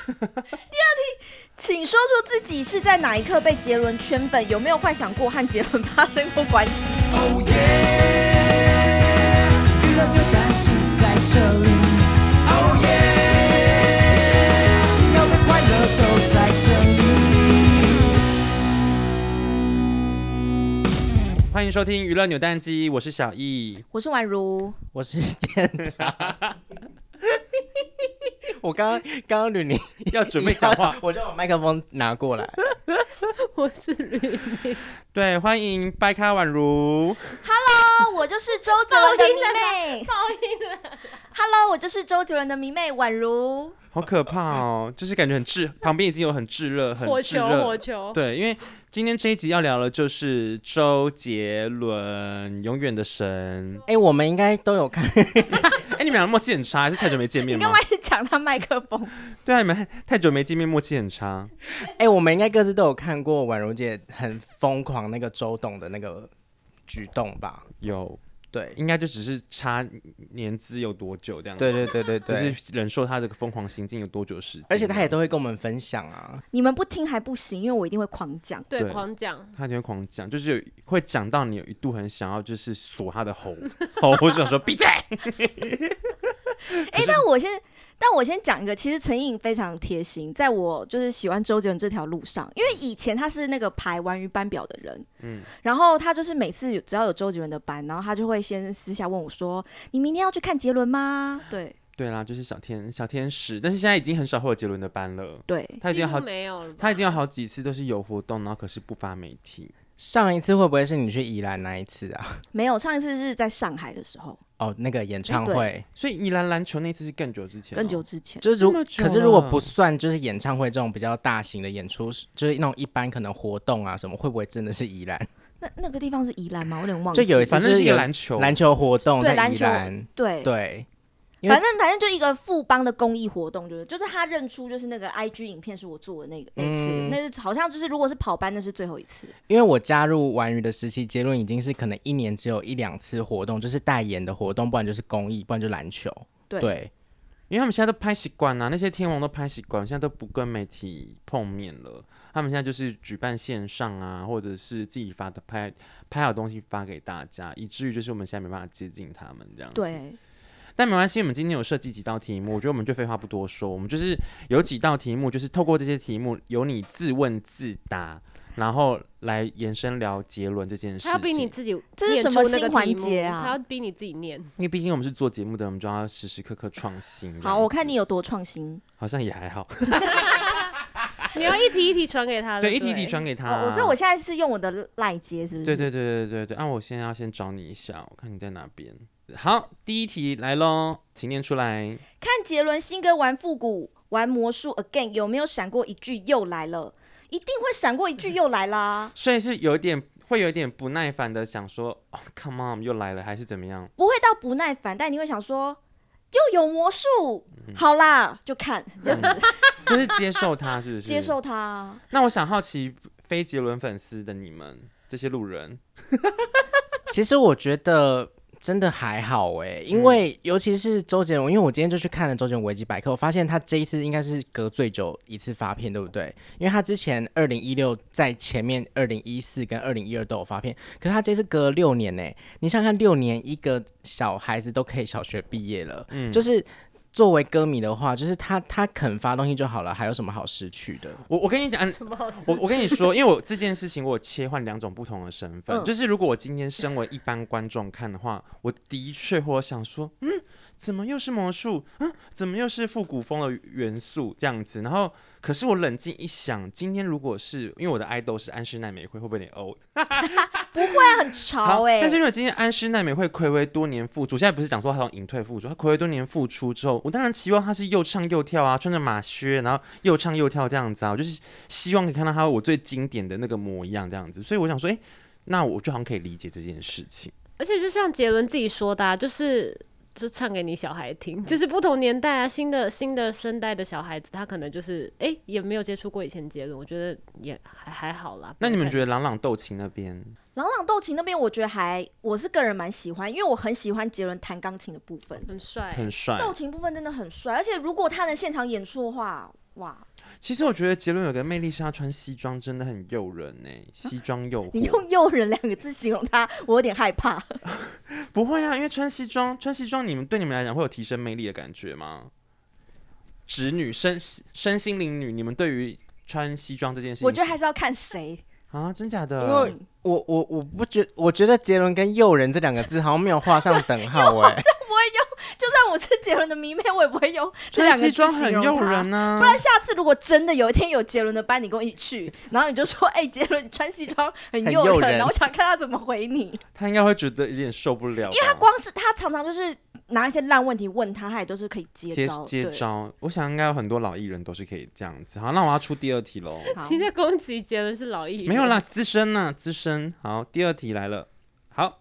请说出自己是在哪一刻被杰伦圈粉，有没有幻想过和杰伦发生过关系？ Oh yeah， 娱乐扭蛋机在这里。Oh yeah， 要的快乐都在这里。 欢迎收听娱乐扭蛋机，我是小易， 我是宛如， 我是健达。我刚刚吕宁要准备讲话， 我就把麦克风拿过来。 我是吕宁， 对，欢迎掰咖宛如。 Hello， 我就是周杰伦的迷妹。 报应了。 Hello， 我就是周杰伦的迷妹宛如。 好可怕哦，就是感觉很炙，旁边已经有很炙热、很炙热火球。 对，因为今天这一集要聊的就是周杰伦，永远的神。 我们应该都有看。 你们俩默契很差，还是太久没见面吗？ 你干嘛一直抢他麦克风？ 对啊，你们太久没见面，默契很差。 我们应该各自都有看过宛如姐很疯狂那个周董的那个举动吧？ 有。 对， 应该就只是差年资有多久这样子。 对， 就是忍受他这个疯狂行径有多久时间， 而且他也都会跟我们分享啊。 你们不听还不行，因为我一定会狂讲。 对，狂讲， 他一定会狂讲，就是会讲到你有一度很想要就是锁他的喉，或者想说闭嘴。 但我先讲一个，其实陈颖非常贴心，在我就是喜欢周杰伦这条路上，因为以前他是那个排完鱼班表的人，然后他就是每次只要有周杰伦的班，然后他就会先私下问我说：“你明天要去看杰伦吗？” 对啦，就是小天使，但是现在已经很少会有杰伦的班了。 对， 他已经有好几次都是有活动，然后可是不发媒体。 上一次会不会是你去宜兰那一次啊？ 没有，上一次是在上海的时候。 那个演唱会。 所以宜兰篮球那次是更久之前。 更久之前。 就是可是如果不算就是演唱会这种比较大型的演出，就是那种一般可能活动啊什么，会不会真的是宜兰？ 那个地方是宜兰吗？我有点忘记。 就有一次反正是一个篮球活动在宜兰。 对。反正就一个富邦的公益活动，就是他认出就是那个 IG 影片是我做的那次，那是好像就是如果是跑班那是最后一次。 因为我加入玩鱼的时期，杰伦已经是可能一年只有1-2次活动，就是代言的活动，不然就是公益，不然就篮球。对， 因为他们现在都拍习惯啦，那些天王都拍习惯，现在都不跟媒体碰面了。他们现在就是举办线上啊，或者是自己发的拍好东西发给大家，以至于就是我们现在没办法接近他们这样子。 对。 但没关系，我们今天有设计几道题目，我觉得我们就废话不多说，我们就是有几道题目，就是透过这些题目由你自问自答，然后来延伸聊杰伦这件事情。 他要逼你自己， 这是什么新环节啊？ 他要逼你自己念， 因为毕竟我们是做节目的，我们就要时时刻刻创新。 好，我看你有多创新， 好像也还好。 你要一题一题传给他， 对，一题一题传给他。 所以我现在是用我的赖接，是不是？ 对。我现在要先找你一下，我看你在哪边。好，第一题来咯，请念出来。 看杰伦新歌玩复古玩魔术 again， 有没有闪过一句又来了？一定会闪过一句又来啦。 所以是会有一点不耐烦的想说come on 又来了，还是怎么样？ 不会到不耐烦，但你会想说又有魔术，好啦就看这样子。 就是接受他，是不是？ 接受他。 那我想好奇非杰伦粉丝的你们这些路人， 其实我觉得真的还好因为尤其是周杰伦，因为我今天就去看了周杰伦维基百科，我发现他这一次应该是隔最久一次发片，对不对？因为他之前2016在前面2014跟2012都有发片，可是他这次隔了6年你想想看，6年一个小孩子都可以小学毕业了，就是作为歌迷的话，就是他肯发东西就好了，还有什么好失去的？ 我跟你讲，我跟你说，因为我这件事情我有切换2种不同的身份，就是如果我今天身为一般观众看的话，我的确会想说，怎么又是魔术？怎么又是复古风的元素这样子？然后，可是我冷静一想，今天如果是因为我的 idol 是安室奈美惠，会不会有点 old？ 不会啊，很潮但是如果今天安室奈美惠睽违多年复出，现在不是讲说她从隐退复出，她睽违多年复出之后，我当然期望她是又唱又跳啊，穿着马靴，然后又唱又跳这样子啊，我就是希望可以看到她我最经典的那个模样这样子。所以我想说，那我就好像可以理解这件事情。 而且就像杰伦自己说的就唱给你小孩听，就是不同年代啊，新的生代的小孩子，他可能就是也没有接触过以前杰伦，我觉得也还好啦。 那你们觉得朗朗斗琴那边？ 朗朗斗琴那边，我觉得我是个人蛮喜欢，因为我很喜欢杰伦弹钢琴的部分， 很帅， 很帅。 斗琴部分真的很帅，而且如果他能现场演出的话， 哇， 其实我觉得杰伦有个魅力是他穿西装真的很诱人呢，西装诱惑。 你用诱人2个字形容他，我有点害怕。 不会啊，因为穿西装，对你们来讲会有提升魅力的感觉吗？直女身心灵女，你们对于穿西装这件事情， 我觉得还是要看谁啊，真假因的？ 为我不觉，我觉得杰伦跟诱人这2个字好像没有画上等号哎、 就算我是杰伦的迷妹，我也不会用这2个字穿西装很诱形容他。 人啊。 不然下次如果真的有一天有杰伦的班，你跟我一起去，然后你就说：“哎、杰伦你穿西装很诱人。” 很诱人然后我想看他怎么回你， 他应该会觉得有点受不了吧， 因为他光是他常常就是拿一些烂问题问他，他也都是可以接招。 接招。我想应该有很多老艺人都是可以这样子。好，那我要出第2题喽。 好你在攻击杰伦是老艺人？ 没有啦，资深呐、资深。好，第2题来了。好，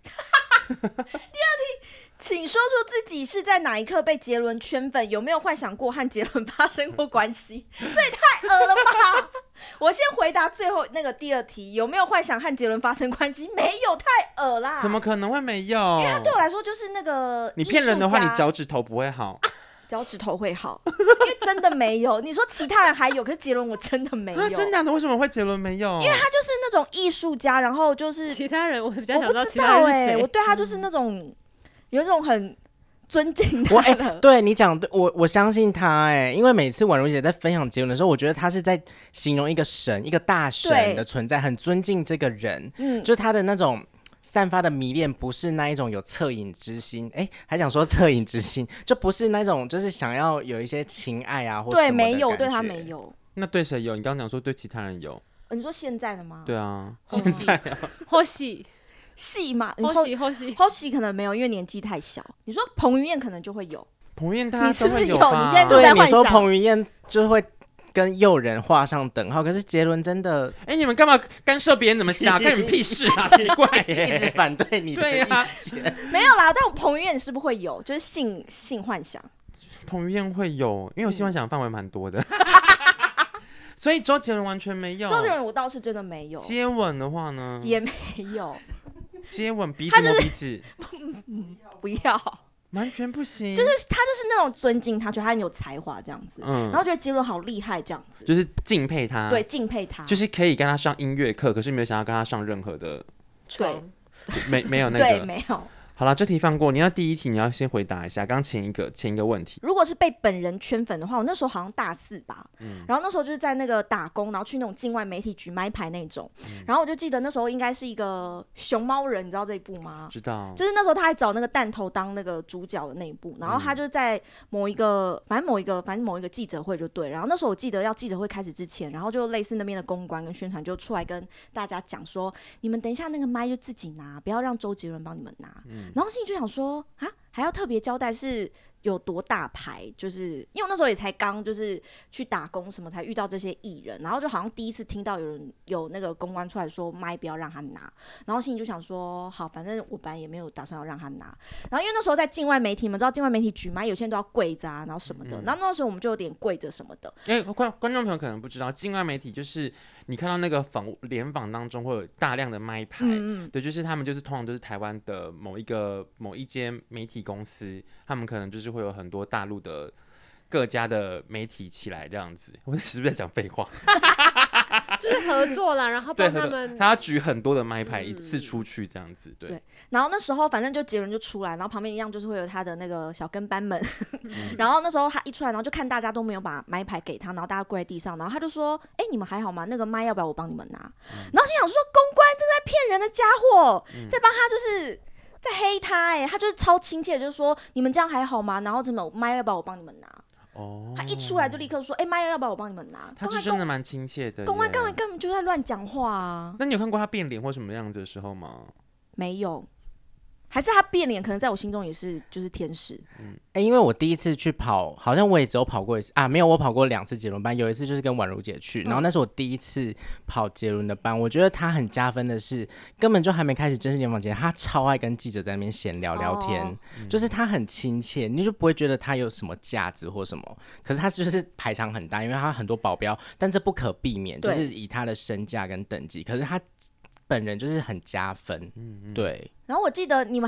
请说出自己是在哪一刻被杰伦圈粉，有没有幻想过和杰伦发生过关系？这也太恶了吧！我先回答最后那个第2题，有没有幻想和杰伦发生关系？没有，太恶啦！ 怎么可能会没有？ 因为他对我来说就是那个你骗人的话， 艺术家你脚趾头不会好。 脚趾头会好，因为真的没有。你说其他人还有，可是杰伦我真的没有。 啊，真的？为什么会杰伦没有？ 因为他就是那种艺术家，然后就是其他人我比较我不知想知道其他道哎、 人是谁。 我对他就是那种有一种很尊敬我他的。 对你讲对，我相信他因为每次婉如姐在分享杰伦的时候，我觉得他是在形容一个神，一个大神的存在，很尊敬这个人，就是他的那种散发的迷恋，不是那一种有恻隐之心，还想说恻隐之心，就不是那种就是想要有一些情爱啊或什么对， 的没有， 感觉对他没有。 那对谁有？你刚刚讲说对其他人有。 你说现在的吗？ 对啊， 哦现在啊， 或许戏嘛，后戏可能没有，因为年纪太小。你说彭于晏可能就会有， 彭于晏大家都你是不是有会吧？ 你现在都对你说在幻想彭于晏就会跟诱人画上等号，可是杰伦真的你们干嘛干涉别人怎么想？干你们屁事啊！奇怪耶、 一直反对你的对啊意见。 没有啦。但彭于晏是不是会有，就是性幻想？ 彭于晏会有，因为我性幻想的范围蛮多的。所以周杰伦完全没有。 周杰伦我倒是真的没有， 接吻的话呢？ 也没有， 接吻鼻子摸鼻子， 不要。 完全不行。 就是他就是那种尊敬他，觉得他很有才华这样子， 嗯然后觉得杰伦好厉害这样子， 就是敬佩他， 对，敬佩他， 就是可以跟他上音乐课，可是没有想要跟他上任何的， 对没有那对， 个。 没有。 好了，这题放过。你要第1题，你要先回答一下刚前一个问题。 如果是被本人圈粉的话，我那时候好像大4吧，然后那时候就是在那个打工，然后去那种境外媒体局买牌那种，然后我就记得那时候应该是一个熊猫人，你知道这一部吗？ 知道， 就是那时候他还找那个弹头当那个主角的那一部，然后他就在某一个某一个记者会就对，然后那时候我记得要记者会开始之前，然后就类似那边的公关跟宣传就出来跟大家讲说，你们等一下那个麦就自己拿，不要让周杰伦帮你们拿，然后心里就想说啊，还要特别交代是有多大牌，就是因为我那时候也才刚就是去打工什么，才遇到这些艺人，然后就好像第一次听到有那个公关出来说麦不要让他拿，然后心里就想说好，反正我本来也没有打算要让他拿，然后因为那时候在境外媒体，你们知道境外媒体举麦有些人都要跪着啊，然后什么的，然后那时候我们就有点跪着什么的。 观众朋友可能不知道，境外媒体就是你看到那个联访当中会有大量的麦牌，对，就是他们就是通常都是台湾的某一间媒体公司，他们可能就是会有很多大陆的各家的媒体起来这样子。我是不是在讲废话？ 就是合作啦，然后对， 帮他们。 他要举很多的麦牌一次出去这样子，对。 然后那时候反正就杰伦就出来，然后旁边一样就是会有他的那个小跟班们，然后那时候他一出来，然后就看大家都没有把麦牌给他，然后大家跪在地上，然后他就说：“哎、你们还好吗？那个麦要不要我帮你们拿？”然后心想说：“公关正在骗人的家伙，在帮他就是在黑他，他就是超亲切的，就是说你们这样还好吗？然后怎么麦要不要我帮你们拿？”他一出来就立刻说：“麦要不要我帮你们拿？” 他是真的蛮亲切的。 公关根本就在乱讲话啊！ 那你有看过他变脸或什么样子的时候吗？ 没有，还是他变脸，可能在我心中也是就是天使。 因为我第一次去跑，好像我也只有跑过一次啊，没有，我跑过2次杰伦班，有一次就是跟婉如姐去，然后那是我第一次跑杰伦的班，我觉得他很加分的是，根本就还没开始正式联访前，他超爱跟记者在那边闲聊聊天，就是他很亲切，你就不会觉得他有什么架子或什么，可是他就是排场很大，因为他很多保镖，但这不可避免，就是以他的身价跟等级，可是他本人就是很加分，对。 然后我记得你们还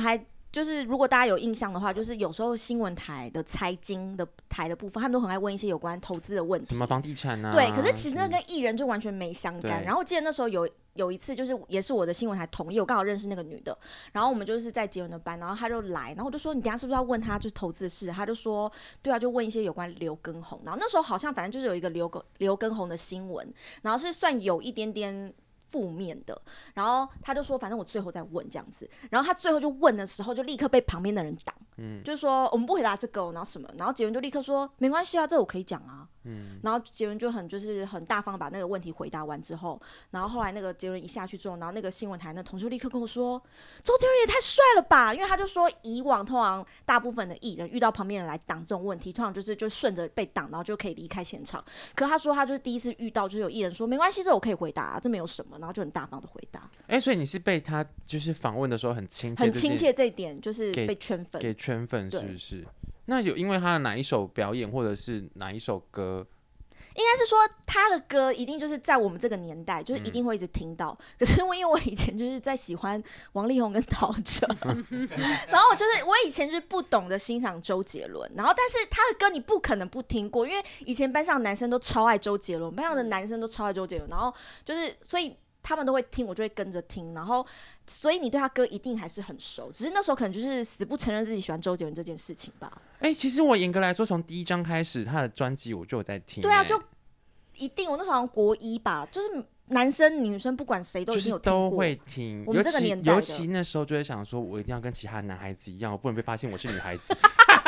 就是如果大家有印象的话，就是有时候新闻台的财经的台的部分，他们都很爱问一些有关投资的问题， 什么房地产啊？ 对，可是其实那跟艺人就完全没相干。 对然后我记得那时候有一次，就是也是我的新闻台同意，我刚好认识那个女的，然后我们就是在杰伦的班，然后她就来，然后我就说你等一下是不是要问她就是投资的事？她就说对啊，就问一些有关刘畊宏。然后那时候好像反正就是有一个刘畊宏的新闻，然后是算有一点点负面的，然后他就说反正我最后再问这样子，然后他最后就问的时候就立刻被旁边的人挡，就是说我们不回答这个，然后什么，然后杰伦就立刻说没关系啊，这我可以讲啊，然后杰伦就就是很大方把那个问题回答完之后，然后后来那个杰伦一下去之后，然后那个新闻台那同事立刻跟我说周杰伦也太帅了吧，因为他就说以往通常大部分的艺人遇到旁边人来挡这种问题，通常就顺着被挡，然后就可以离开现场，可他说他就是第一次遇到就是有艺人说没关系，这我可以回答啊，这没有什么，然后就很大方的回答。 所以你是被他就是访问的时候很亲切， 很亲切这一点就是被圈粉， 给圈粉是不是？那有因为他的哪一首表演或者是哪一首歌？ 应该是说他的歌一定就是在我们这个年代就是一定会一直听到，可是因为我以前就是在喜欢王力宏跟陶喆然后我以前就是不懂得欣赏周杰伦，然后但是他的歌你不可能不听过，因为以前班上的男生都超爱周杰伦，班上的男生都超爱周杰伦，然后就是所以他们都会听，我就会跟着听，然后所以你对他歌一定还是很熟，只是那时候可能就是死不承认自己喜欢周杰伦这件事情吧。 其实我严格来说，从第一张开始，他的专辑我就有在听。 对啊，就一定，我那时候好像国一吧，就是男生女生不管谁都一定有听过， 就是都会听。 我们这个年代的尤其那时候就会想说，我一定要跟其他男孩子一样，我不能被发现我是女孩子。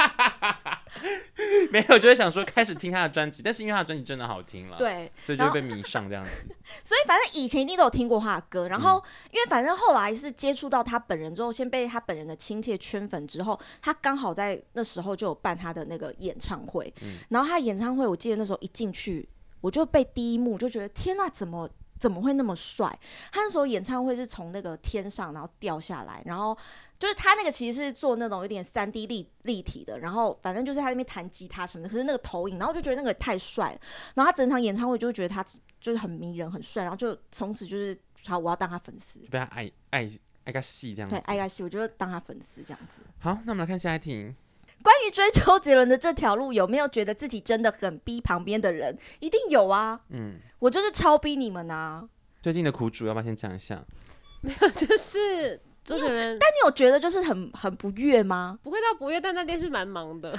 没有，就会想说开始听他的专辑，但是因为他的专辑真的好听了， 对， 所以就会被迷上这样子。 所以反正以前一定都有听过他的歌，然后因为反正后来是接触到他本人之后，先被他本人的亲切圈粉之后，他刚好在那时候就有办他的那个演唱会，然后他演唱会我记得那时候一进去，我就被第一幕就觉得天哪，怎么会那么帅？他那时候演唱会是从那个天上然后掉下来，然后就是他那个其实是做那种有点3D 立体的，然后反正就是他那边弹吉他什么的，可是那个投影，然后就觉得那个太帅了，然后他整场演唱会就会觉得他就是很迷人很帅，然后就从此就是好我要当他粉丝， 被他爱个戏这样子， 对，爱个戏，我就当他粉丝这样子。 好，那我们来看下一题。 关于追周杰伦的这条路，有没有觉得自己真的很逼旁边的人？一定有啊，我就是超逼你们啊。 最近的苦主要不要先讲一下？ 没有，就是周杰伦。 但你有觉得就是很不悦吗？ 不会到不悦，但那天是蛮忙的。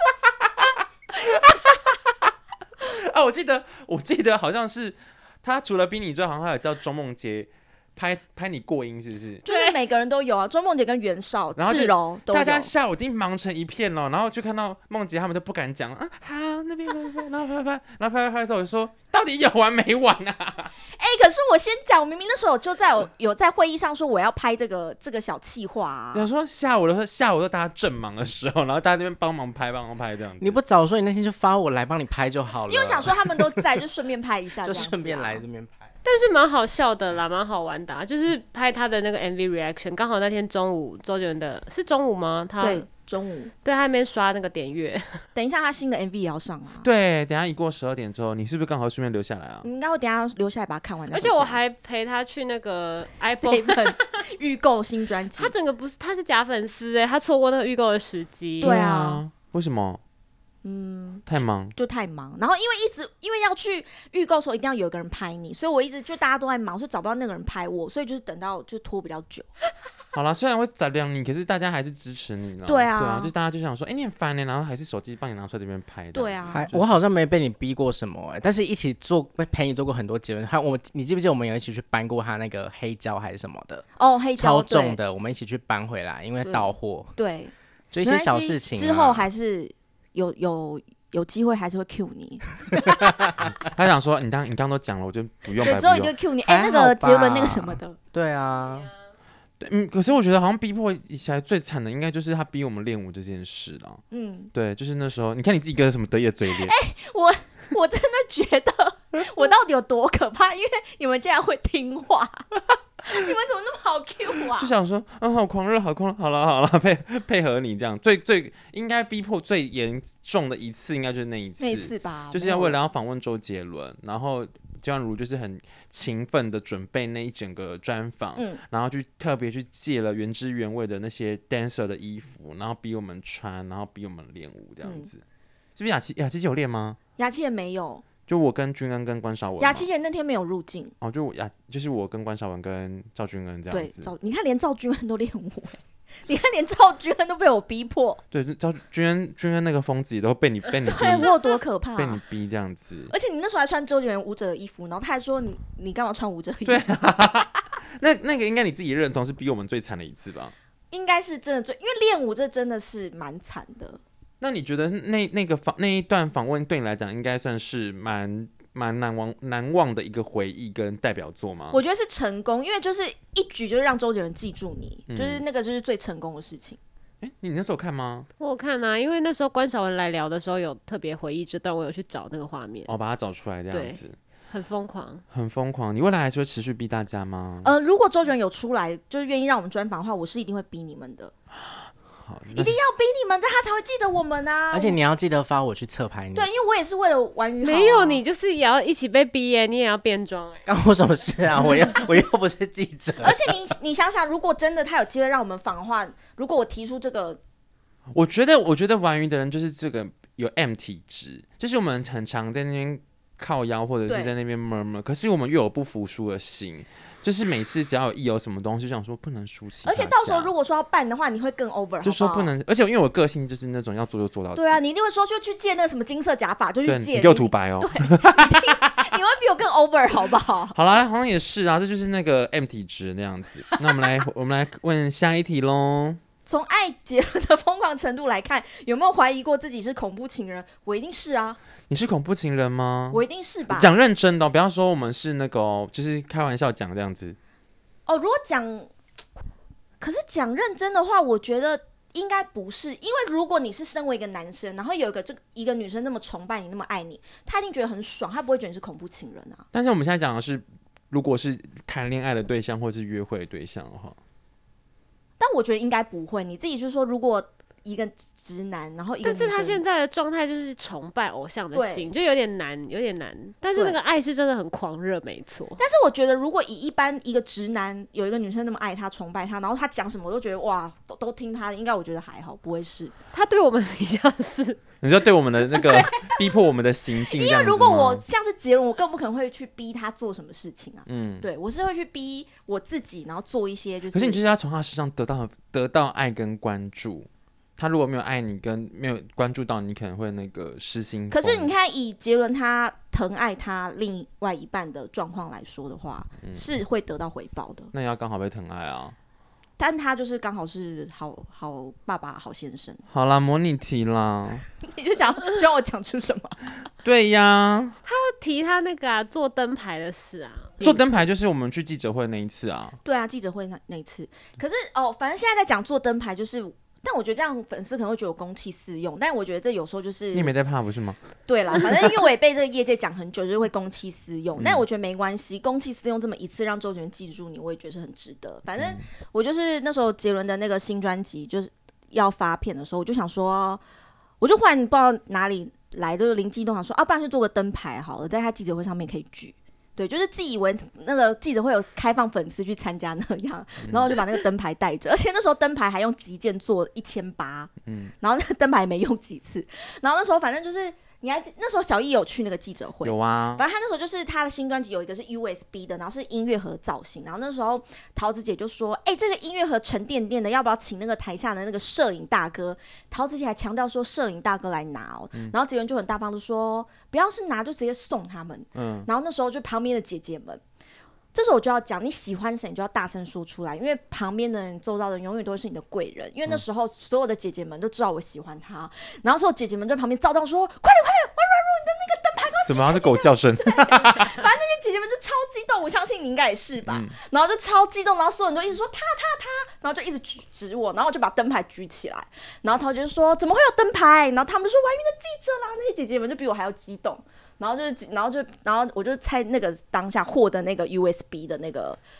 啊，我记得好像是他除了逼你之外，好像还有叫钟梦洁拍你过音，是不是？ 就是每个人都有啊，周梦洁跟袁绍、 然后志柔都有。 大家下午已经忙成一片了，然后就看到梦洁他们都不敢讲好那边然后拍之后我就说到底有完没完啊？ 可是我先讲，我明明那时候就有在会议上说我要拍这个小企划啊。 有说下午都大家正忙的时候，然后大家那边帮忙拍这样子。 你不早说，你那天就发我来帮你拍就好了。 因为我想说他们都在，就顺便拍一下， 就顺便来这边拍。 但是蛮好笑的啦，蛮好玩的就是拍他的那个 MV reaction， 刚好那天中午周杰伦的是中午吗？ 对，中午对他那边刷那个点阅。 等一下他新的 MV 也要上啊。 对，等一下一过12点之后，你是不是刚好顺便留下来啊？ 应该会等一下留下来把它看完。 而且我还陪他去那个 iPhone 预购新专辑。 他整个不是，他是假粉丝他错过那个预购的时机。 对啊， 为什么？太忙， 就太忙，然后因为要去预购的时候一定要有一个人拍你，所以我一直就大家都在忙，所以找不到那个人拍我，所以就是等到就拖比较久。 好啦，虽然会宰量你，可是大家还是支持你啦。 对啊， 就大家就想说，你很烦然后还是手机帮你拿出来这边拍。 对啊， 我好像没被你逼过什么但是一起陪你做过很多节目。你记不记得我们有一起去搬过他那个黑胶还是什么的？ 黑胶超重的，我们一起去搬回来，因为到货。 对， 就一些小事情之后还是有机会还是会 cue 你。 他想说你刚都讲了，我就不用。 对，之后一定 cue 你。那个杰伦那个什么的。 对啊。 可是我觉得好像逼迫起来最惨的，应该就是他逼我们练舞这件事了。对，就是那时候，你看你自己跟什么得意的嘴脸。 我真的觉得我到底有多可怕，因为你们竟然会听话。你们怎么那么好 Q 啊？ 就想说，好狂热，好了，配合你这样。最应该逼迫最严重的一次，应该就是那一次吧，就是要为了要访问周杰伦，然后焦婉如就是很勤奋的准备那一整个专访，然后特别去借了原汁原味的那些 dancer 的衣服，然后逼我们穿，然后逼我们练舞这样子。是不是雅琪姐有练吗？ 雅琪也没有。 就我跟君恩跟关韶文， 雅琪姐那天没有入境哦，就是我跟关韶文跟赵君恩这样子。 对，你看连赵君恩都练舞，你看连赵君恩都被我逼迫。 对，君恩那个疯子也都被你逼， 对我有多可怕、 被你逼这样子。 而且你那时候还穿周杰伦舞者的衣服，然后他还说你干嘛穿舞者的衣服？ 对，那个应该你自己认同是比我们最惨的一次吧？ 应该是真的因为练舞这真的是蛮惨的。 那你觉得那一段访问对你来讲应该算是蛮难忘的一个回忆跟代表作吗？ 我觉得是成功，因为就是一举就是让周杰伦记住你，就是那个就是最成功的事情。 你那时候看吗？ 我有看啊，因为那时候关韶文来聊的时候有特别回忆这段，我有去找那个画面， 把它找出来这样子。 很疯狂， 很疯狂。你未来还是会持续逼大家吗？ 如果周杰伦有出来，就是愿意让我们专访的话，我是一定会逼你们的。一定要逼你们，这样他才会记得我们啊！ 而且你要记得发我去侧拍你。 对，因为我也是为了玩鱼好、 没有你就是也要一起被逼耶，你也要变装干我什么事啊？我又不是记者。 而且你想想，如果真的他有机会让我们访的话，如果我提出这个， 我觉得玩鱼的人就是这个有 M 体质，就是我们很常在那边靠腰或者是在那边 murmur， 可是我们又有不服输的心。就是每次只要有什么东西，就想说不能输弃。 而且到时候如果说要办的话，你会更 over， 就说不能。而且因为我个性就是那种要做就做到底。 对啊，你一定会说就去借那个什么金色假发，就去借。 你给我涂白哦。 对，你会比我更 over， 好不好？ 好啦，好像也是啊，这就是那个 M 体质那样子。那我们来问下一题喽。 从爱杰伦的疯狂程度来看，有没有怀疑过自己是恐怖情人？我一定是啊。 你是恐怖情人吗？ 我一定是吧。 讲认真的、不要说我们是那个就是开玩笑讲这样子。 如果可是讲认真的话，我觉得应该不是，因为如果你是身为一个男生，然后有一个女生那么崇拜你，那么爱你，她一定觉得很爽，她不会觉得你是恐怖情人啊。 但是我们现在讲的是，如果是谈恋爱的对象或是约会的对象的话。 但我觉得应该不会，你自己就说，如果一个直男，然后一个女生， 但是他现在的状态就是崇拜偶像的心，就有点难。但是那个爱是真的很狂热，没错。 但是我觉得，如果一般一个直男有一个女生那么爱他、崇拜他，然后他讲什么我都觉得哇，都听他的，应该我觉得还好，不会是。 他对我们比较是， 你说对我们的那个逼迫我们的行径， 因为如果我像是杰伦，我更不可能会去逼他做什么事情啊。对我是会去逼我自己，然后做一些就是。 可是你就是要从他身上得到爱跟关注。他如果没有爱你跟没有关注到你，可能会那个失心疯。 可是你看，以杰伦他疼爱他另外一半的状况来说的话，是会得到回报的。 那也要刚好被疼爱啊。 但他就是刚好是好爸爸、好先生。 好啦，模拟题啦。 你就讲，希望我讲出什么？ 对呀。 他提他那个做灯牌的事啊。 做灯牌就是我们去记者会那一次啊。 对啊，记者会那一次。可是反正现在在讲做灯牌，就是。但我觉得这样粉丝可能会觉得我公器私用，但我觉得这有时候就是你也没在怕不是吗？ 对啦，反正因为我也被这个业界讲很久，就是会公器私用，但我觉得没关系，公器私用这么一次让周杰伦记住你，我也觉得是很值得。反正我就是那时候杰伦的那个新专辑就是要发片的时候，我就想说，我就忽然不知道哪里来的灵机一动，想说不然就做个灯牌好了，在他记者会上面可以举。对，就是自以为那个记者会有开放粉丝去参加那样，然后就把那个灯牌带着，而且那时候灯牌还用极件做1800，然后那个灯牌没用几次，然后那时候反正就是你还那时候小艺有去那个记者会， 有啊， 反正他那时候就是他的新专辑有一个是 USB 的，然后是音乐盒造型，然后那时候桃子姐就说，这个音乐盒沉甸甸的，要不要请那个台下的那个摄影大哥？桃子姐还强调说摄影大哥来拿哦，然后杰伦就很大方的说，不要是拿就直接送他们，然后那时候就旁边的姐姐们。这时候我就要讲，你喜欢谁你就要大声说出来，因为旁边的人、周遭的人永远都会是你的贵人。因为那时候所有的姐姐们都知道我喜欢他，然后所有姐姐们在旁边躁动说：“快点，王软软，你的那个灯牌！” 怎么像是狗叫声？ 反正那些姐姐们就超激动，我相信你应该也是吧。然后就超激动，然后所有人都一直说他，然后就一直指我，然后我就把灯牌举起来，然后他就说：“怎么会有灯牌？”然后他们就说：“婉瑜的记者啦！”那些姐姐们就比我还要激动。然后我就猜那个当下获得那个 USB 的那个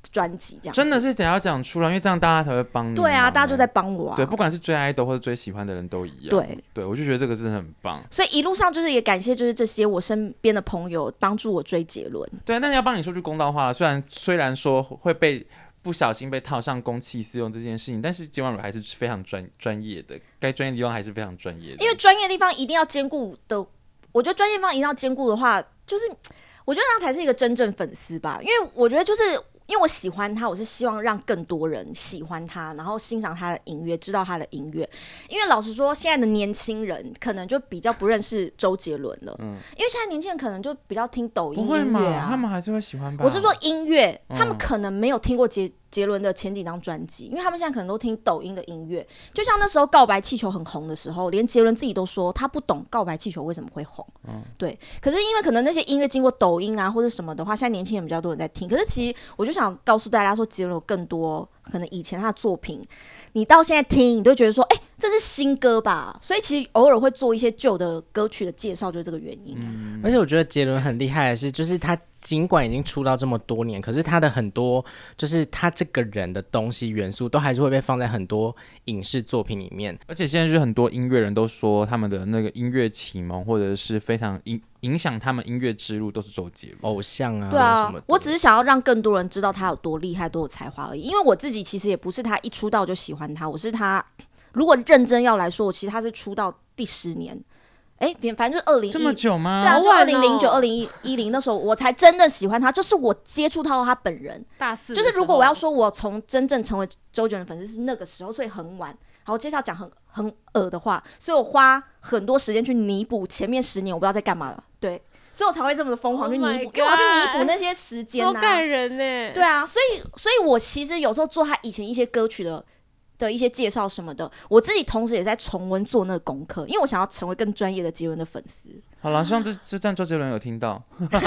专辑这样。 真的是得要讲出来，因为这样大家才会帮你。 对啊，大家就在帮我啊。 对，不管是追idol或者追喜欢的人都一样。对，我就觉得这个真的很棒。 所以一路上就是也感谢就是这些我身边的朋友帮助我追杰伦。 对，但是要帮你说句公道话了，虽然说会被不小心被套上公器私用这件事情，但是结婉如还是非常专业的，该专业的地方还是非常专业的。 因为专业的地方一定要兼顾的，我觉得专业地方一定要兼顾的话，就是我觉得他才是一个真正粉丝吧。因为我觉得就是因为我喜欢他，我是希望让更多人喜欢他，然后欣赏他的音乐，知道他的音乐。因为老实说，现在的年轻人可能就比较不认识周杰伦了，因为现在年轻人可能就比较听抖音音乐啊。 不会嘛？他们还是会喜欢吧？ 我是说音乐，他们可能没有听过杰伦的前几张专辑，因为他们现在可能都听抖音的音乐。就像那时候《告白气球》很红的时候，连杰伦自己都说他不懂《告白气球》为什么会红。对。可是因为可能那些音乐经过抖音啊或者什么的话，现在年轻人比较多人在听。可是其实我就想告诉大家说，杰伦有更多可能以前他的作品，你到现在听，你都觉得说，这是新歌吧？所以其实偶尔会做一些旧的歌曲的介绍，就是这个原因。 而且我觉得杰伦很厉害的是，就是他尽管已经出道这么多年，可是他的很多就是他这个人的东西元素，都还是会被放在很多影视作品里面。 而且现在就是很多音乐人都说，他们的那个音乐启蒙或者是非常影响他们音乐之路，都是周杰伦偶像啊。 对啊什么的， 我只是想要让更多人知道他有多厉害、多有才华而已。因为我自己其实也不是他一出道就喜欢他，我是他如果认真要来说，我其实他是出道第10年。反正就是2010 这么久吗？ 对啊，就2009、2010那时候我才真的喜欢他，就是我接触到他本人。 大4 就是如果我要说我从真正成为周杰伦粉丝是那个时候，所以很晚。好，接下来讲很恶的话，所以我花很多时间去弥补前面10年我不知道在干嘛了。对，所以我才会这么的疯狂去弥补， Oh my 因为我要去弥补那些时间好感人呢。 对啊，所以我其实有时候做他以前一些歌曲的一些介绍什么的，我自己同时也在重温做那个功课，因为我想要成为更专业的杰伦的粉丝。 好了，希望这段周杰伦有听到。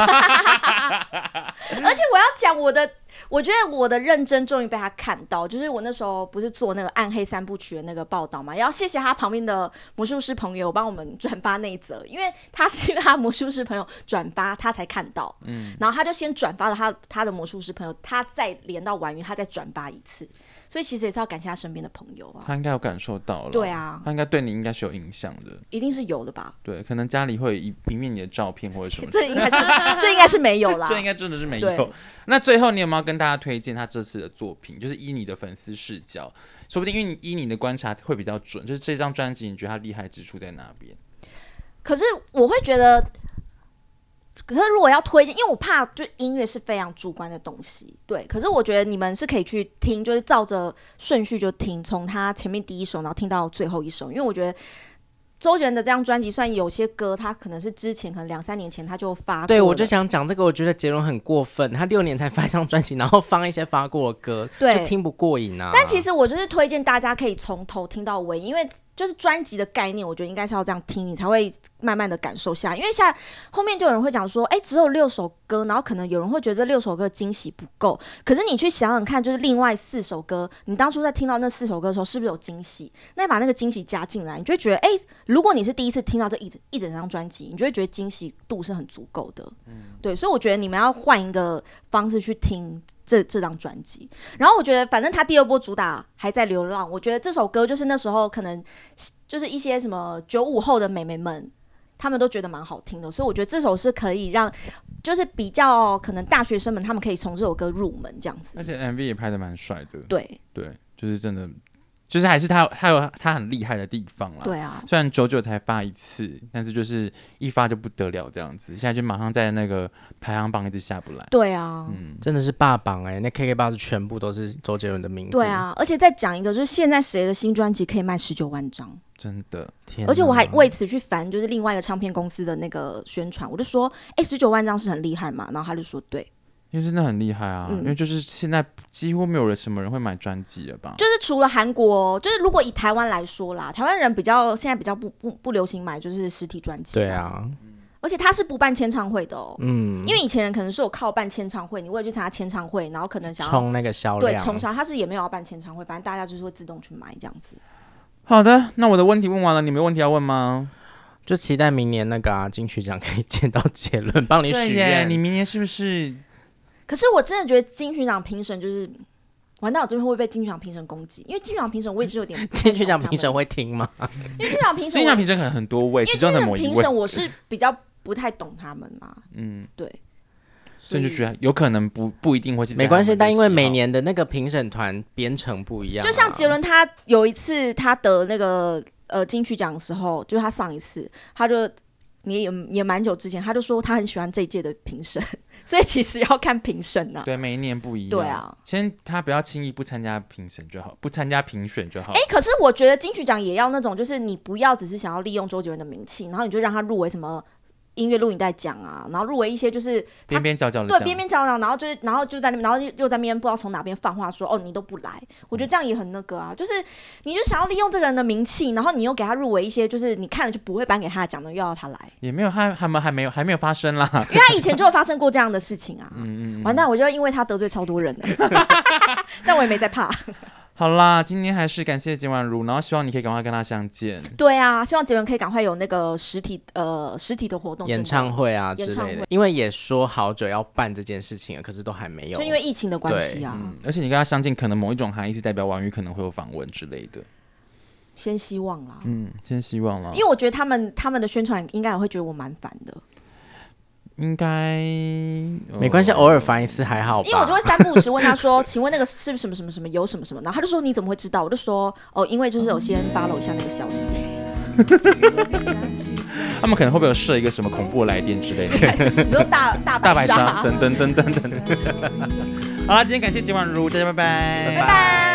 而且我要讲我觉得我的认真终于被他看到，就是我那时候不是做那个暗黑3部曲的那个报道嘛，也要谢谢他旁边的魔术师朋友帮我们转发那一则，因为他是他魔术师朋友转发他才看到，然后他就先转发了他的魔术师朋友，他再连到完鱼，他再转发一次，所以其实也是要感谢他身边的朋友啊。 他应该有感受到了。 对啊， 他应该对你应该是有影响的。 一定是有的吧？ 对，可能家里会有平面你的照片或者什么。 这应该是没有啦。 这应该真的是没对有。那最后你有没有跟大家推荐他这次的作品？就是依你的粉丝视角，说不定因为依你的观察会比较准，就是这张专辑你觉得他厉害之处在哪边？ 可是我会觉得，可是如果要推荐，因为我怕就音乐是非常主观的东西，对。可是我觉得你们是可以去听，就是照着顺序就听，从他前面第一首，然后听到最后一首，因为我觉得。周杰伦的这张专辑，虽然有些歌他可能是之前可能2-3年前他就发过， 对，我就想讲这个，我觉得杰伦很过分，他6年才发一张专辑，然后放一些发过的歌， 对， 就听不过瘾啊。 但其实我就是推荐大家可以从头听到尾，因为就是专辑的概念，我觉得应该是要这样听，你才会慢慢的感受下。因为像后面就有人会讲说，只有6首歌，然后可能有人会觉得这6首歌惊喜不够。可是你去想想看，就是另外4首歌，你当初在听到那4首歌的时候，是不是有惊喜？那你把那个惊喜加进来，你就会觉得，如果你是第一次听到这一整张专辑，你就会觉得惊喜度是很足够的。对，所以我觉得你们要换一个方式去听这张专辑。然后我觉得反正他第2波主打还在流浪，我觉得这首歌就是那时候可能就是一些什么95后的美眉们他们都觉得蛮好听的，所以我觉得这首是可以让就是比较可能大学生们他们可以从这首歌入门这样子。 而且 MV 也拍得蛮帅的。 对， 就是真的就是还是他有他很厉害的地方啦。 对啊， 虽然久久才发一次，但是就是一发就不得了这样子，现在就马上在那个排行榜一直下不来。 对啊， 真的是霸榜那 KKBOX 全部都是周杰伦的名字。 对啊，而且再讲一个，就是现在谁的新专辑可以卖19万张？ 真的， 而且我还为此去烦，就是另外一个唱片公司的那个宣传，我就说，19万张是很厉害嘛？然后他就说对。 因为真的很厉害啊，因为就是现在几乎没有什么人会买专辑了吧？ 就是除了韩国，就是如果以台湾来说啦，台湾人现在比较不流行买就是实体专辑。 对啊， 而且他是不办签唱会的哦。因为以前人可能是有靠办签唱会，你为了去参加签唱会，然后可能想要冲那个销量， 对，冲销，他是也没有要办签唱会，反正大家就是会自动去买这样子。 好的，那我的问题问完了，你们有问题要问吗？ 就期待明年那个金曲奖可以见到杰伦帮你许愿。 你明年是不是？ 可是我真的觉得金曲奖评审就是完蛋，我这边会不会被金曲奖评审攻击？因为金曲奖评审我也是有点金曲奖评审会听吗？ 因为金曲奖评审， 金曲奖评审可能很多位，其中的某一位评审我是比较不太懂他们啦。对。 所以就觉得有可能不一定会是没关系，但因为每年的那个评审团编程不一样， 就像杰伦他有一次他得那个金曲奖的时候，就是他上一次他就也蛮久之前，他就说他很喜欢这一届的评审，所以其实要看评审啊。 对，每一年不一样。 对啊， 先他不要轻易不参加评审就好，不参加评选就好。 可是我觉得金曲奖也要那种，就是你不要只是想要利用周杰伦的名气，然后你就让他入围什么音乐录影带奖啊，然后入围一些就是边边角角的对边边角角，然后就在那边，然后又在那边不知道从哪边放话说你都不来，我觉得这样也很那个啊，就是你就想要利用这个人的名气，然后你又给他入围一些就是你看了就不会颁给他的奖的，又要他来， 也没有他们还没有发生啦， 因为他以前就有发生过这样的事情啊。完蛋，我就因为他得罪超多人了，但我也没在怕。 好啦，今天还是感谢简婉如，然后希望你可以赶快跟他相见。 对啊，希望杰伦可以赶快有那个实体的活动、 演唱会啊之类的，因为也说好久要办这件事情了，可是都还没有， 就因为疫情的关系啊。 而且你跟他相见，可能某一种含义是代表婉瑜可能会有访问之类的。 先希望啦， 先希望啦， 因为我觉得他们的宣传应该也会觉得我蛮烦的。 应该没关系，偶尔烦一次还好吧。 因为我就会三不五时问他说：“请问那个是什么什么什么有什么什么？”然后他就说：“你怎么会知道？”我就说：“因为就是有先 follow 一下那个消息。” 他们可能会不会有设一个什么恐怖来电之类的？ 你说大白鲨等等。好啦，今天感谢简婉如，大家拜拜， 拜拜。